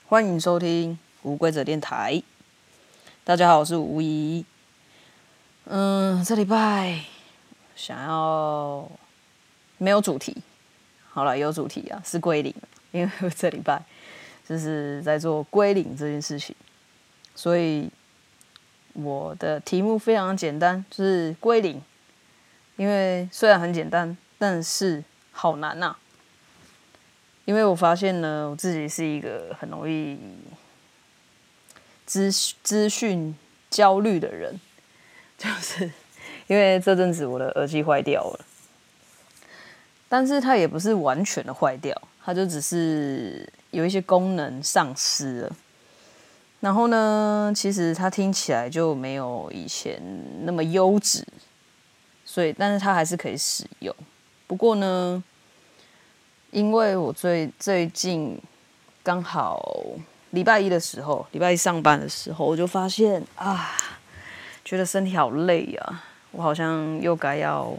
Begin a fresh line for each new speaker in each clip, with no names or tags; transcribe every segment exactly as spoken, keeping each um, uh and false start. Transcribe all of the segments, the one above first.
欢迎收听无规则电台。大家好，我是吴怡。嗯，这礼拜想要没有主题，好了，有主题啊，是归零，因为我这礼拜就是在做归零这件事情，所以我的题目非常简单，就是归零。因为虽然很简单，但是好难呐、啊。因为我发现呢，我自己是一个很容易资资讯焦虑的人，就是因为这阵子我的耳机坏掉了，但是它也不是完全的坏掉，它就只是有一些功能丧失了。然后呢，其实它听起来就没有以前那么优质，所以但是它还是可以使用。不过呢，因为我最最近刚好礼拜一的时候，礼拜一上班的时候，我就发现啊，觉得身体好累啊，我好像又该要，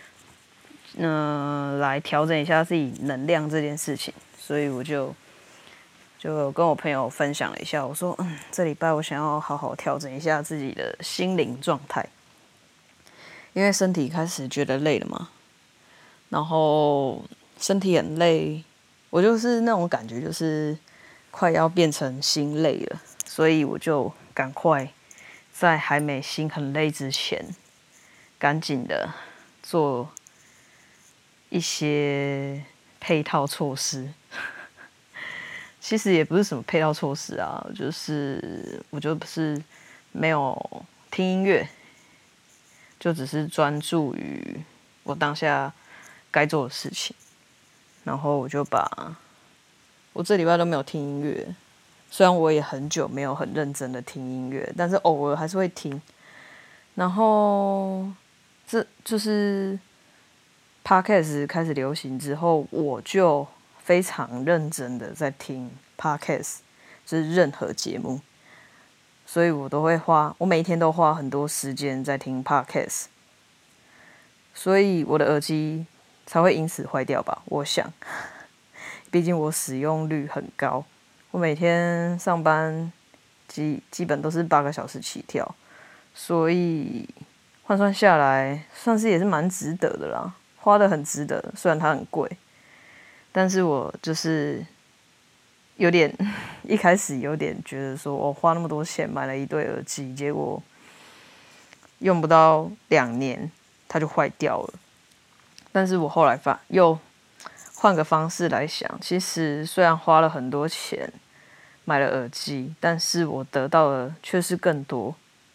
嗯、呃，来调整一下自己能量这件事情，所以我就就跟我朋友分享了一下，我说，嗯，这礼拜我想要好好调整一下自己的心灵状态，因为身体开始觉得累了嘛，然后身体很累，我就是那种感觉，就是快要变成心累了，所以我就赶快在还没心很累之前，赶紧的做一些配套措施。其实也不是什么配套措施啊，就是我就不是没有听音乐，就只是专注于我当下该做的事情。然后我就把我这礼拜都没有听音乐，虽然我也很久没有很认真的听音乐，但是偶尔还是会听。然后这就是 Podcast 开始流行之后，我就非常认真的在听 Podcast， 就是任何节目，所以我都会花，我每一天都花很多时间在听 Podcast， 所以我的耳机才会因此坏掉吧，我想。毕竟我使用率很高，我每天上班基基本都是八个小时起跳，所以换算下来，算是也是蛮值得的啦，花得很值得。虽然它很贵，但是我就是有点一开始有点觉得说，我花那么多钱买了一对耳机，结果用不到两年它就坏掉了。但是我后来发又换个方式来想，其实虽然花了很多钱买了耳机，但是我得到的却是更多，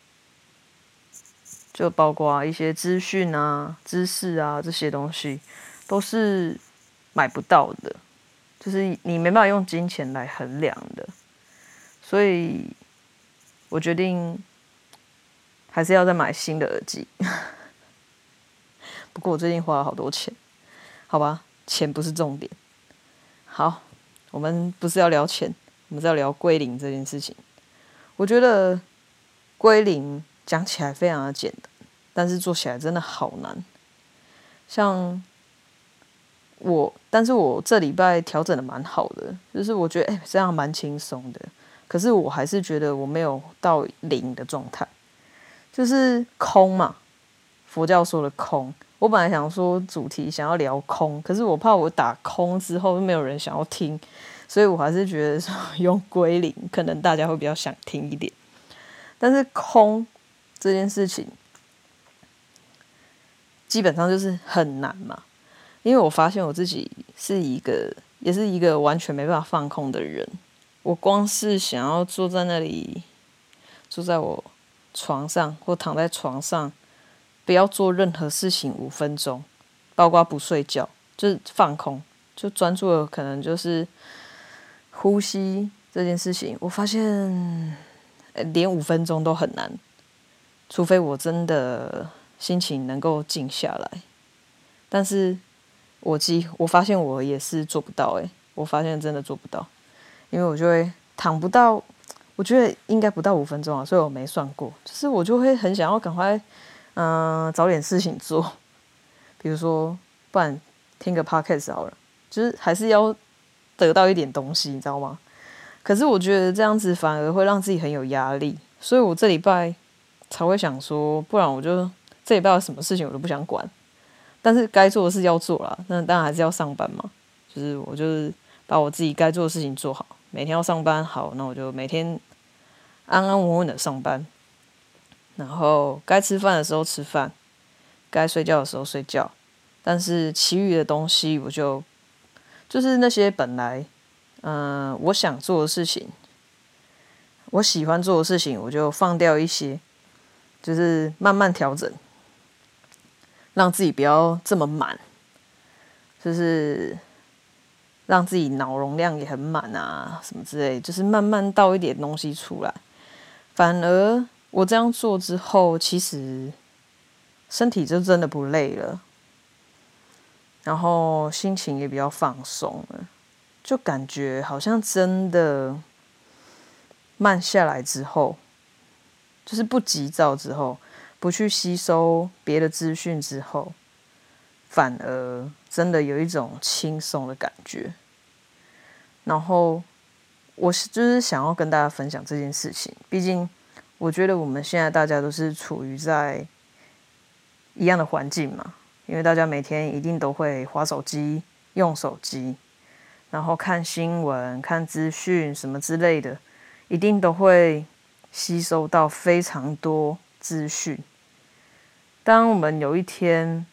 就包括一些资讯啊、知识啊这些东西，都是买不到的，就是你没办法用金钱来衡量的。所以我决定还是要再买新的耳机。不过我最近花了好多钱，好吧。钱不是重点。好，我们不是要聊钱，我们是要聊归零这件事情。我觉得归零讲起来非常的简单，但是做起来真的好难。像我，但是我这礼拜调整的蛮好的，就是我觉得哎、欸，这样蛮轻松的。可是我还是觉得我没有到零的状态，就是空嘛，佛教说的空。我本来想说主题想要聊空，可是我怕我打空之后没有人想要听，所以我还是觉得说用归零，可能大家会比较想听一点。但是空这件事情，基本上就是很难嘛，因为我发现我自己是一个，也是一个完全没办法放空的人。我光是想要坐在那里，坐在我床上或躺在床上。不要做任何事情五分钟，包括不睡觉，就是放空，就专注的可能就是呼吸这件事情。我发现连五分钟都很难，除非我真的心情能够静下来。但是我记，我发现我也是做不到、欸、我发现真的做不到，因为我就会躺不到，我觉得应该不到五分钟啊，所以我没算过，就是我就会很想要赶快。嗯、呃，找点事情做，比如说，不然听个 podcast 好了，就是还是要得到一点东西，你知道吗？ 可是我觉得这样子反而会让自己很有压力，所以我这礼拜才会想说，不然我就这礼拜有什么事情我都不想管，但是该做的事要做啦，那当然还是要上班嘛。就是我就是把我自己该做的事情做好，每天要上班好，那我就每天安安稳稳的上班，然后该吃饭的时候吃饭，该睡觉的时候睡觉，但是其余的东西我就就是那些本来嗯、呃、我想做的事情，我喜欢做的事情，我就放掉一些，就是慢慢调整，让自己不要这么满，就是让自己脑容量也很满啊，什么之类，就是慢慢倒一点东西出来。反而我这样做之后，其实身体就真的不累了，然后心情也比较放松了，就感觉好像真的慢下来之后，就是不急躁之后，不去吸收别的资讯之后，反而真的有一种轻松的感觉。然后我就是想要跟大家分享这件事情，毕竟我觉得我们现在大家都是处于在一样的环境嘛，因为大家每天一定都会滑手机、用手机，然后看新闻、看资讯什么之类的，一定都会吸收到非常多资讯。当我们有一天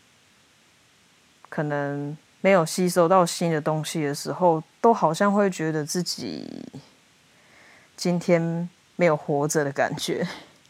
可能没有吸收到新的东西的时候，都好像会觉得自己今天没有活着的感觉。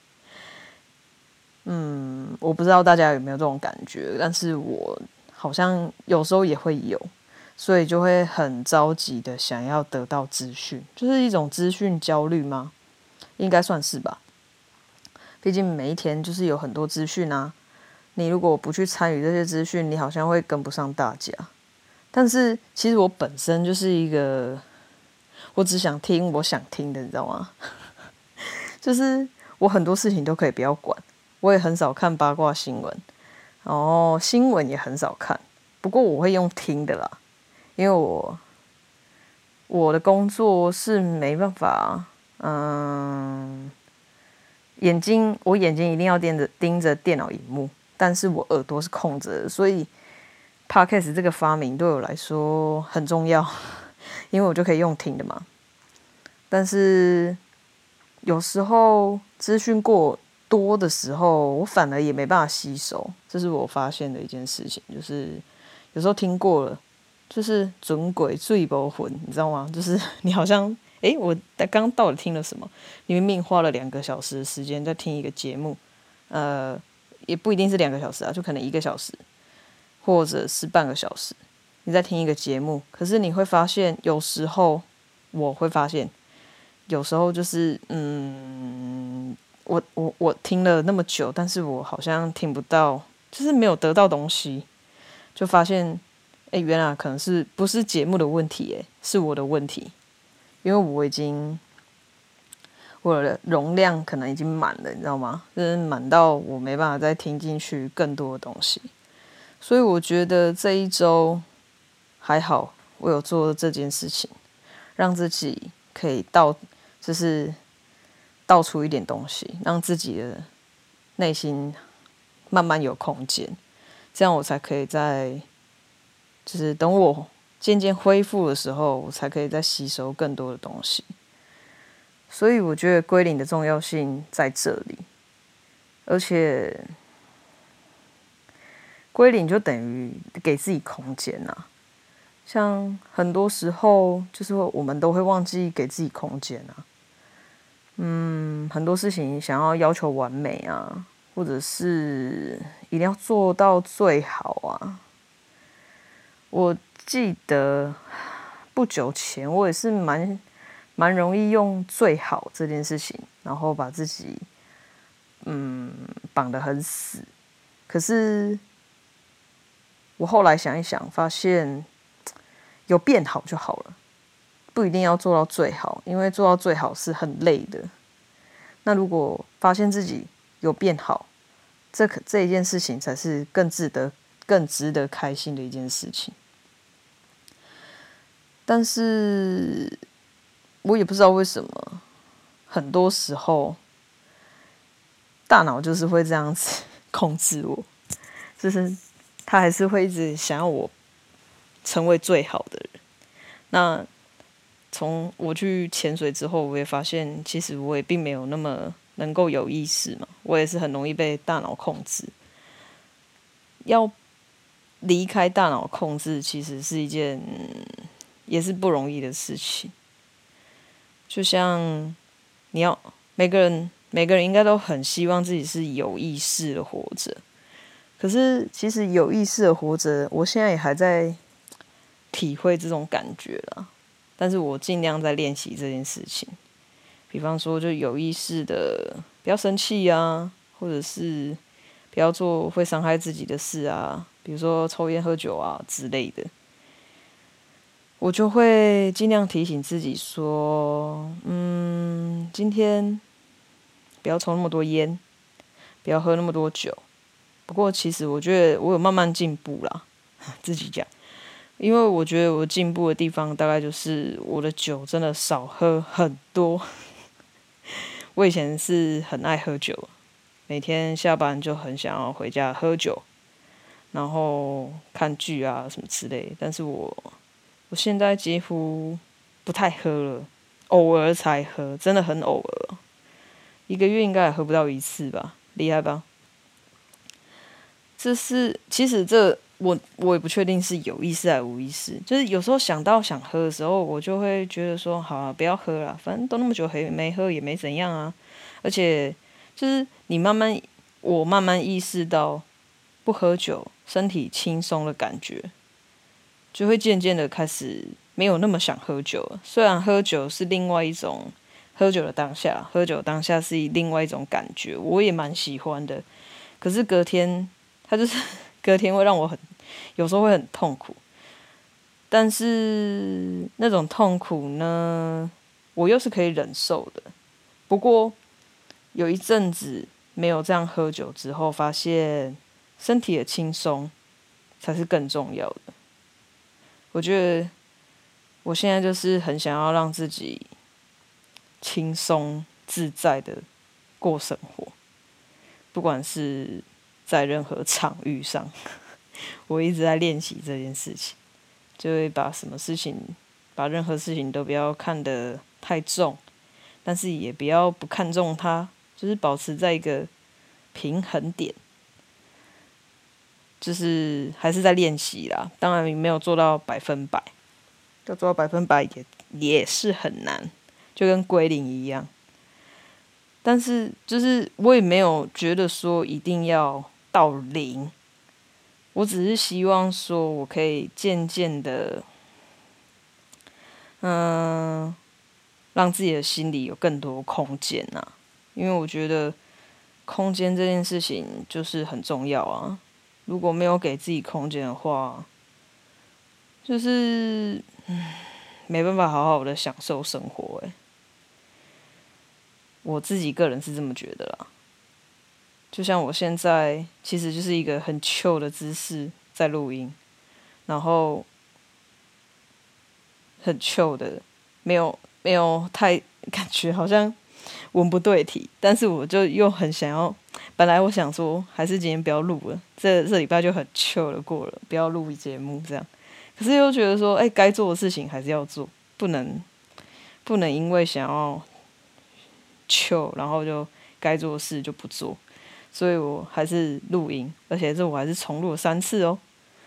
嗯，我不知道大家有没有这种感觉，但是我好像有时候也会有，所以就会很着急的想要得到资讯，就是一种资讯焦虑吗？应该算是吧。毕竟每一天就是有很多资讯啊，你如果不去参与这些资讯，你好像会跟不上大家。但是其实我本身就是一个，我只想听我想听的，你知道吗？就是我很多事情都可以不要管，我也很少看八卦新闻，然后新闻也很少看。不过我会用听的啦，因为我我的工作是没办法，嗯，眼睛我眼睛一定要盯着盯着电脑荧幕，但是我耳朵是空着的，所以 Podcast 这个发明对我来说很重要，因为我就可以用听的嘛。但是有时候资讯过多的时候，我反而也没办法吸收，这是我发现的一件事情。就是有时候听过了，就是准鬼醉不魂，你知道吗？就是你好像，诶，我刚刚到底听了什么？你明明花了两个小时的时间在听一个节目，呃，也不一定是两个小时啊，就可能一个小时。或者是半个小时，你在听一个节目，可是你会发现，有时候我会发现，有时候就是嗯，我我我听了那么久，但是我好像听不到，就是没有得到东西，就发现，哎，原来可能是不是节目的问题，哎，是我的问题，因为我已经我的容量可能已经满了，你知道吗？就是满到我没办法再听进去更多的东西。所以我觉得这一周还好，我有做这件事情，让自己可以倒，就是倒出一点东西，让自己的内心慢慢有空间，这样我才可以在，就是等我渐渐恢复的时候，我才可以再吸收更多的东西。所以我觉得归零的重要性在这里，而且归零就等于给自己空间啊。像很多时候，就是我们都会忘记给自己空间啊。嗯，很多事情想要要求完美啊，或者是一定要做到最好啊。我记得不久前，我也是蛮蛮容易用最好这件事情，然后把自己嗯绑得很死。可是我后来想一想，发现有变好就好了，不一定要做到最好，因为做到最好是很累的。那如果发现自己有变好，这可这一件事情才是更值得、更值得开心的一件事情。但是我也不知道为什么，很多时候大脑就是会这样子控制我，就是他还是会一直想要我成为最好的人。那从我去潜水之后，我也发现，其实我也并没有那么能够有意识嘛，我也是很容易被大脑控制。要离开大脑控制，其实是一件也是不容易的事情。就像你要每个人，每个人应该都很希望自己是有意识的活着。可是，其实有意识的活着，我现在也还在体会这种感觉啦。但是我尽量在练习这件事情。比方说，就有意识的不要生气啊，或者是不要做会伤害自己的事啊，比如说抽烟喝酒啊之类的。我就会尽量提醒自己说，嗯，今天不要抽那么多烟，不要喝那么多酒。不过其实我觉得我有慢慢进步啦，自己讲，因为我觉得我进步的地方大概就是我的酒真的少喝很多。我以前是很爱喝酒，每天下班就很想要回家喝酒，然后看剧啊什么之类。但是我我现在几乎不太喝了，偶尔才喝，真的很偶尔，一个月应该也喝不到一次吧，厉害吧？这是其实这我我也不确定是有意识还是无意识，就是有时候想到想喝的时候，我就会觉得说，好啊，不要喝了，反正都那么久没喝也没怎样啊。而且就是你慢慢，我慢慢意识到不喝酒身体轻松的感觉，就会渐渐的开始没有那么想喝酒了。虽然喝酒是另外一种喝酒的当下，喝酒当下是另外一种感觉，我也蛮喜欢的。可是隔天，它就是隔天会让我很，有时候会很痛苦。但是那种痛苦呢，我又是可以忍受的。不过有一阵子没有这样喝酒之后，发现身体的轻松才是更重要的。我觉得我现在就是很想要让自己轻松自在的过生活，不管是在任何场域上，我一直在练习这件事情，就会把什么事情，把任何事情都不要看得太重，但是也不要不看重它，就是保持在一个平衡点。就是还是在练习啦，当然没有做到百分百，要做到百分百也也是很难，就跟归零一样。但是就是我也没有觉得说一定要到零，我只是希望说我可以渐渐的，嗯，让自己的心里有更多空间啊，因为我觉得空间这件事情就是很重要啊。如果没有给自己空间的话，就是嗯，没办法好好的享受生活。欸，我自己个人是这么觉得啦。就像我现在其实就是一个很 chill 的姿势在录音，然后很 chill 的，没有没有太感觉好像文不对题，但是我就又很想要。本来我想说，还是今天不要录了，这这礼拜就很 chill 的过了，不要录节目这样。可是又觉得说，哎、欸，该做的事情还是要做，不能不能因为想要 chill，然后就该做的事就不做。所以我还是录音，而且这我还是重录了三次哦。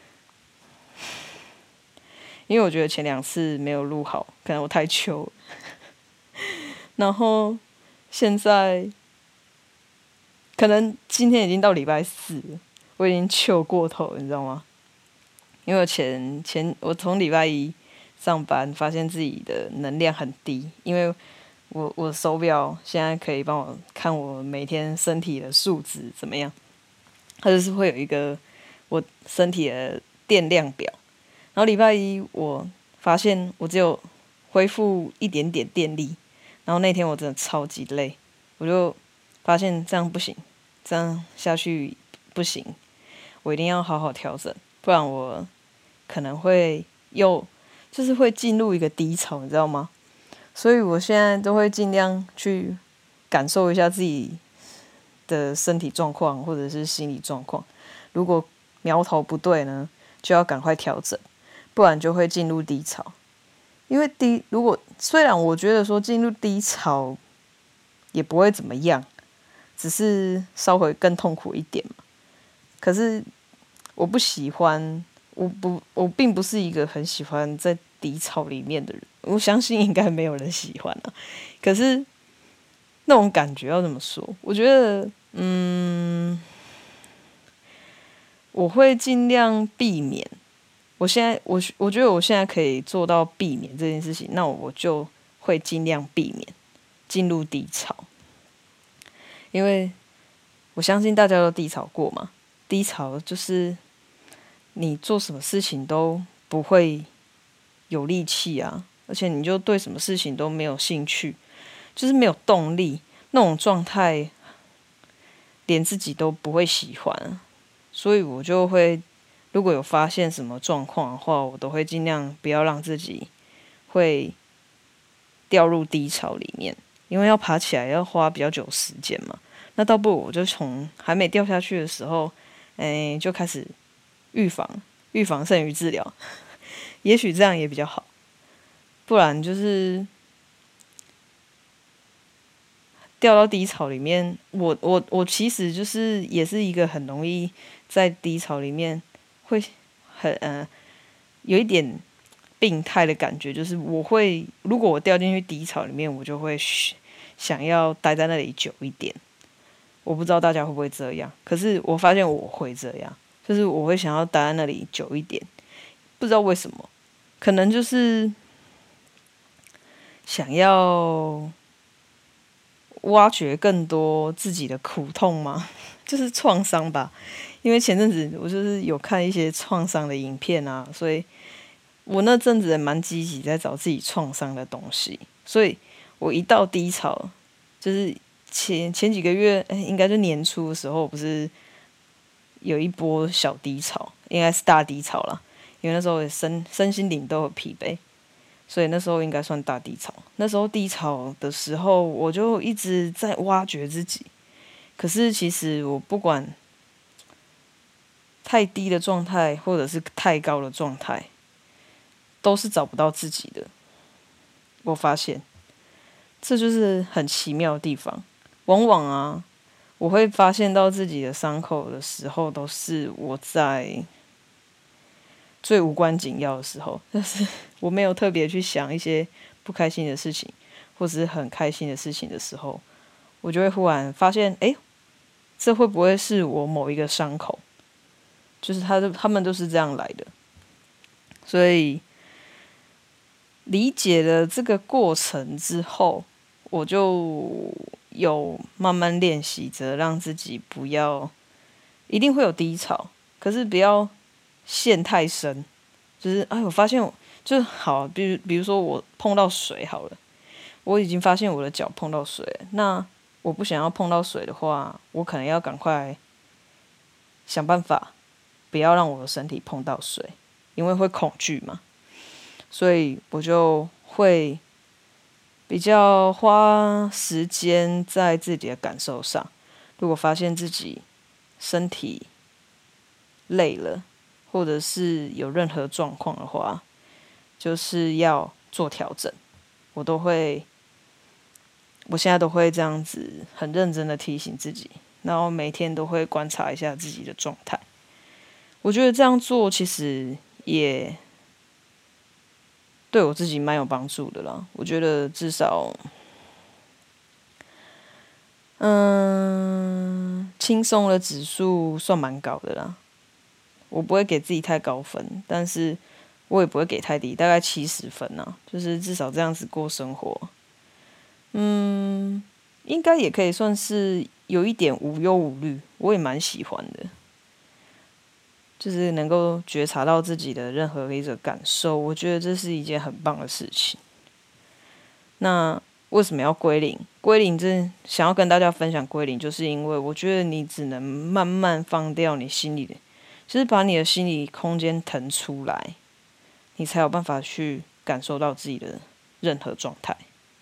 因为我觉得前两次没有录好，可能我太 chill 了。然后现在。可能今天已经到礼拜四了，我已经糗过头了，你知道吗？因为我前前我从礼拜一上班，发现自己的能量很低，因为我我的手表现在可以帮我看我每天身体的数值怎么样，它就是会有一个我身体的电量表。然后礼拜一我发现我只有恢复一点点电力，然后那天我真的超级累，我就发现这样不行。这样下去不行，我一定要好好调整，不然我可能会又就是会进入一个低潮，你知道吗？ 所以我现在都会尽量去感受一下自己的身体状况或者是心理状况。如果苗头不对呢，就要赶快调整，不然就会进入低潮。因为低，如果虽然我觉得说进入低潮也不会怎么样，只是稍微更痛苦一点嘛。可是我不喜欢，我不，我并不是一个很喜欢在低潮里面的人。我相信应该没有人喜欢啊。可是那种感觉要怎么说？我觉得，嗯，我会尽量避免。我现在，我我觉得我现在可以做到避免这件事情，那我就会尽量避免进入低潮，因为我相信大家都低潮过嘛。低潮就是你做什么事情都不会有力气啊，而且你就对什么事情都没有兴趣，就是没有动力，那种状态连自己都不会喜欢。所以我就会，如果有发现什么状况的话，我都会尽量不要让自己会掉入低潮里面，因为要爬起来要花比较久时间嘛。那倒不如我就从还没掉下去的时候，哎，就开始预防，预防胜于治疗，也许这样也比较好。不然就是掉到低潮里面，我我我其实就是也是一个很容易在低潮里面会很呃有一点病态的感觉，就是我会如果我掉进去低潮里面，我就会想要待在那里久一点。我不知道大家会不会这样，可是我发现我会这样，就是我会想要待在那里久一点，不知道为什么，可能就是想要挖掘更多自己的苦痛吗？就是创伤吧。因为前阵子我就是有看一些创伤的影片啊，所以我那阵子也蛮积极在找自己创伤的东西。所以我一到低潮，就是前前几个月，应该就年初的时候，不是有一波小低潮，应该是大低潮啦。因为那时候身身心灵都有疲惫。所以那时候应该算大低潮。那时候低潮的时候，我就一直在挖掘自己。可是其实我不管太低的状态，或者是太高的状态，都是找不到自己的。我发现，这就是很奇妙的地方。往往啊，我会发现到自己的伤口的时候，都是我在最无关紧要的时候，就是我没有特别去想一些不开心的事情，或者是很开心的事情的时候，我就会忽然发现，哎，这会不会是我某一个伤口？就是他他们都是这样来的。所以理解了这个过程之后，我就有慢慢练习着让自己不要，一定会有低潮，可是不要陷太深。就是哎，我发现我就是好，比如比如说我碰到水好了，我已经发现我的脚碰到水了，那我不想要碰到水的话，我可能要赶快想办法不要让我的身体碰到水，因为会恐惧嘛。所以我就会比较花时间在自己的感受上。如果发现自己身体累了，或者是有任何状况的话，就是要做调整。我都会，我现在都会这样子很认真的提醒自己，然后每天都会观察一下自己的状态。我觉得这样做其实也对我自己蛮有帮助的啦。我觉得至少，嗯，轻松的指数算蛮高的啦。我不会给自己太高分，但是我也不会给太低，大概七十分啊，就是至少这样子过生活，嗯，应该也可以算是有一点无忧无虑，我也蛮喜欢的，就是能够觉察到自己的任何一个感受，我觉得这是一件很棒的事情。那为什么要归零？归零这想要跟大家分享归零，就是因为我觉得你只能慢慢放掉你心里的。就是把你的心理空间腾出来，你才有办法去感受到自己的任何状态。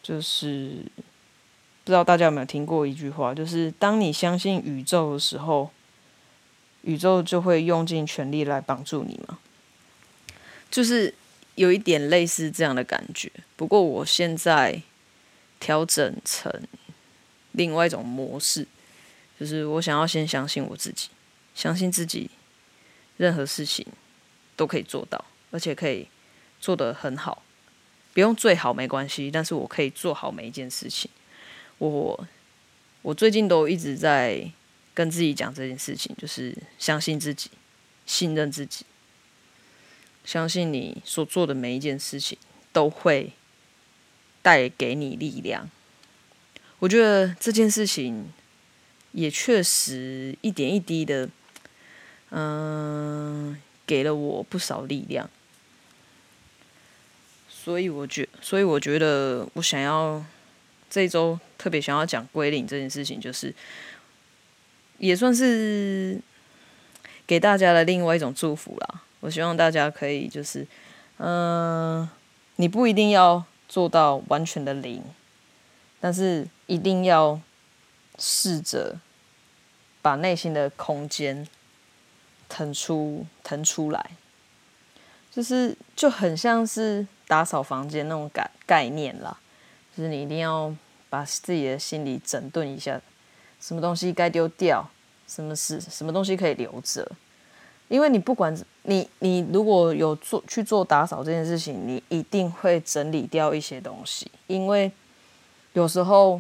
就是不知道大家有没有听过一句话，就是当你相信宇宙的时候，宇宙就会用尽全力来帮助你嘛。就是有一点类似这样的感觉，不过我现在调整成另外一种模式，就是我想要先相信我自己，相信自己任何事情都可以做到，而且可以做得很好，不用最好没关系，但是我可以做好每一件事情。我我最近都一直在跟自己讲这件事情，就是相信自己，信任自己，相信你所做的每一件事情都会带给你力量。我觉得这件事情也确实一点一滴的，嗯、呃，给了我不少力量。所以我觉，所以我觉得我想要这一周特别想要讲归零这件事情，就是也算是给大家的另外一种祝福啦。我希望大家可以就是，嗯、呃，你不一定要做到完全的零，但是一定要试着把内心的空间腾出腾出来，就是就很像是打扫房间那种概概念啦，就是你一定要把自己的心里整顿一下，什么东西该丢掉，什么事什么东西可以留着。因为你不管你你如果有做去做打扫这件事情，你一定会整理掉一些东西，因为有时候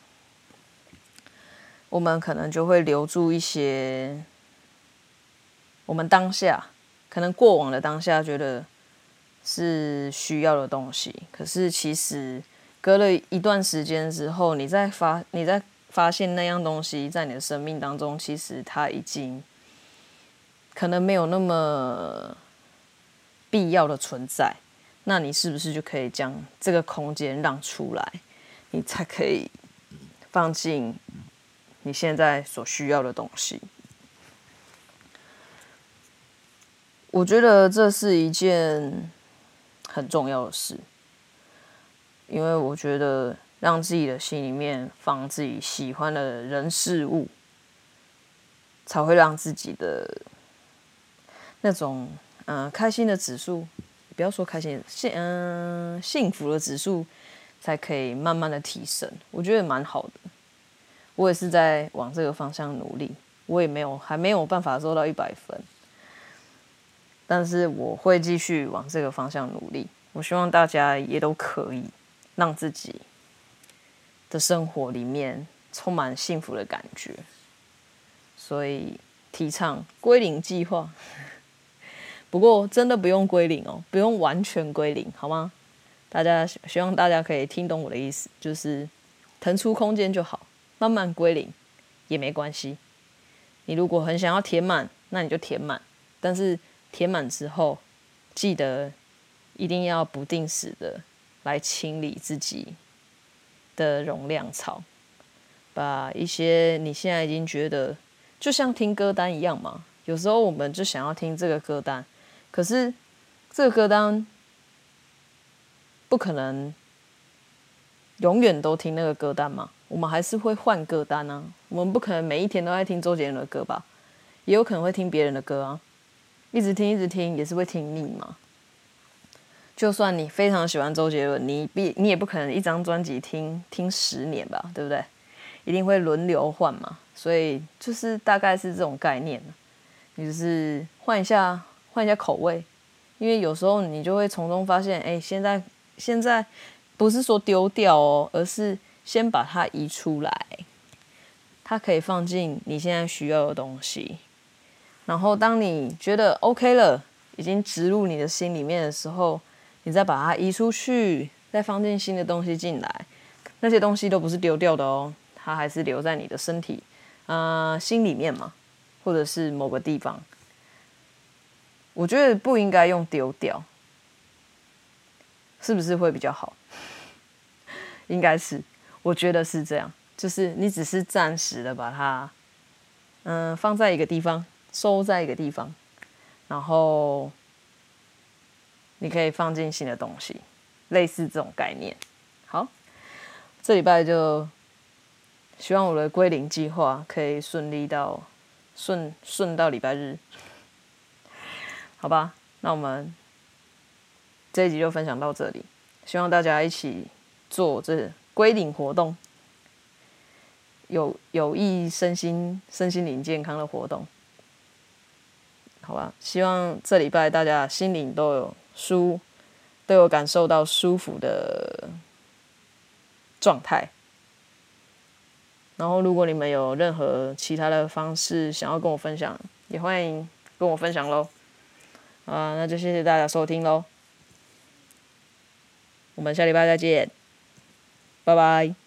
我们可能就会留住一些我们当下可能过往的当下觉得是需要的东西，可是其实隔了一段时间之后，你再发你再发现那样东西在你的生命当中，其实它已经可能没有那么必要的存在，那你是不是就可以将这个空间让出来，你才可以放进你现在所需要的东西？我觉得这是一件很重要的事，因为我觉得让自己的心里面放自己喜欢的人事物，才会让自己的那种嗯、呃、开心的指数，不要说开心，幸嗯、呃、幸福的指数，才可以慢慢的提升。我觉得蛮好的，我也是在往这个方向努力，我也没有还没有办法做到一百分，但是我会继续往这个方向努力。我希望大家也都可以让自己的生活里面充满幸福的感觉，所以提倡归零计划。不过真的不用归零哦，不用完全归零，好吗？大家希望大家可以听懂我的意思，就是腾出空间就好，慢慢归零也没关系。你如果很想要填满，那你就填满，但是填满之后，记得一定要不定时的来清理自己的容量槽，把一些你现在已经觉得就像听歌单一样嘛，有时候我们就想要听这个歌单，可是这个歌单不可能永远都听那个歌单嘛，我们还是会换歌单啊。我们不可能每一天都在听周杰伦的歌吧，也有可能会听别人的歌啊，一直听一直听也是会听腻嘛。就算你非常喜欢周杰伦，你必你也不可能一张专辑听听十年吧，对不对？一定会轮流换嘛，所以就是大概是这种概念，你就是换一下换一下口味，因为有时候你就会从中发现，哎，现在现在不是说丢掉哦，而是先把它移出来，它可以放进你现在需要的东西，然后当你觉得 OK 了，已经植入你的心里面的时候，你再把它移出去，再放进新的东西进来，那些东西都不是丢掉的哦，它还是留在你的身体、呃、心里面嘛，或者是某个地方。我觉得不应该用丢掉，是不是会比较好？应该是，我觉得是这样，就是你只是暂时的把它，嗯、呃，放在一个地方，收在一个地方，然后你可以放进新的东西，类似这种概念。好， 这礼拜就希望我的归零计划可以顺利到顺顺到礼拜日，好吧？那我们这一集就分享到这里，希望大家一起做这归零活动，有有益身心身心灵健康的活动，好吧？希望这礼拜大家心灵都有舒，都有感受到舒服的状态。然后，如果你们有任何其他的方式想要跟我分享，也欢迎跟我分享喽。啊，那就谢谢大家收听喽，我们下礼拜再见，拜拜。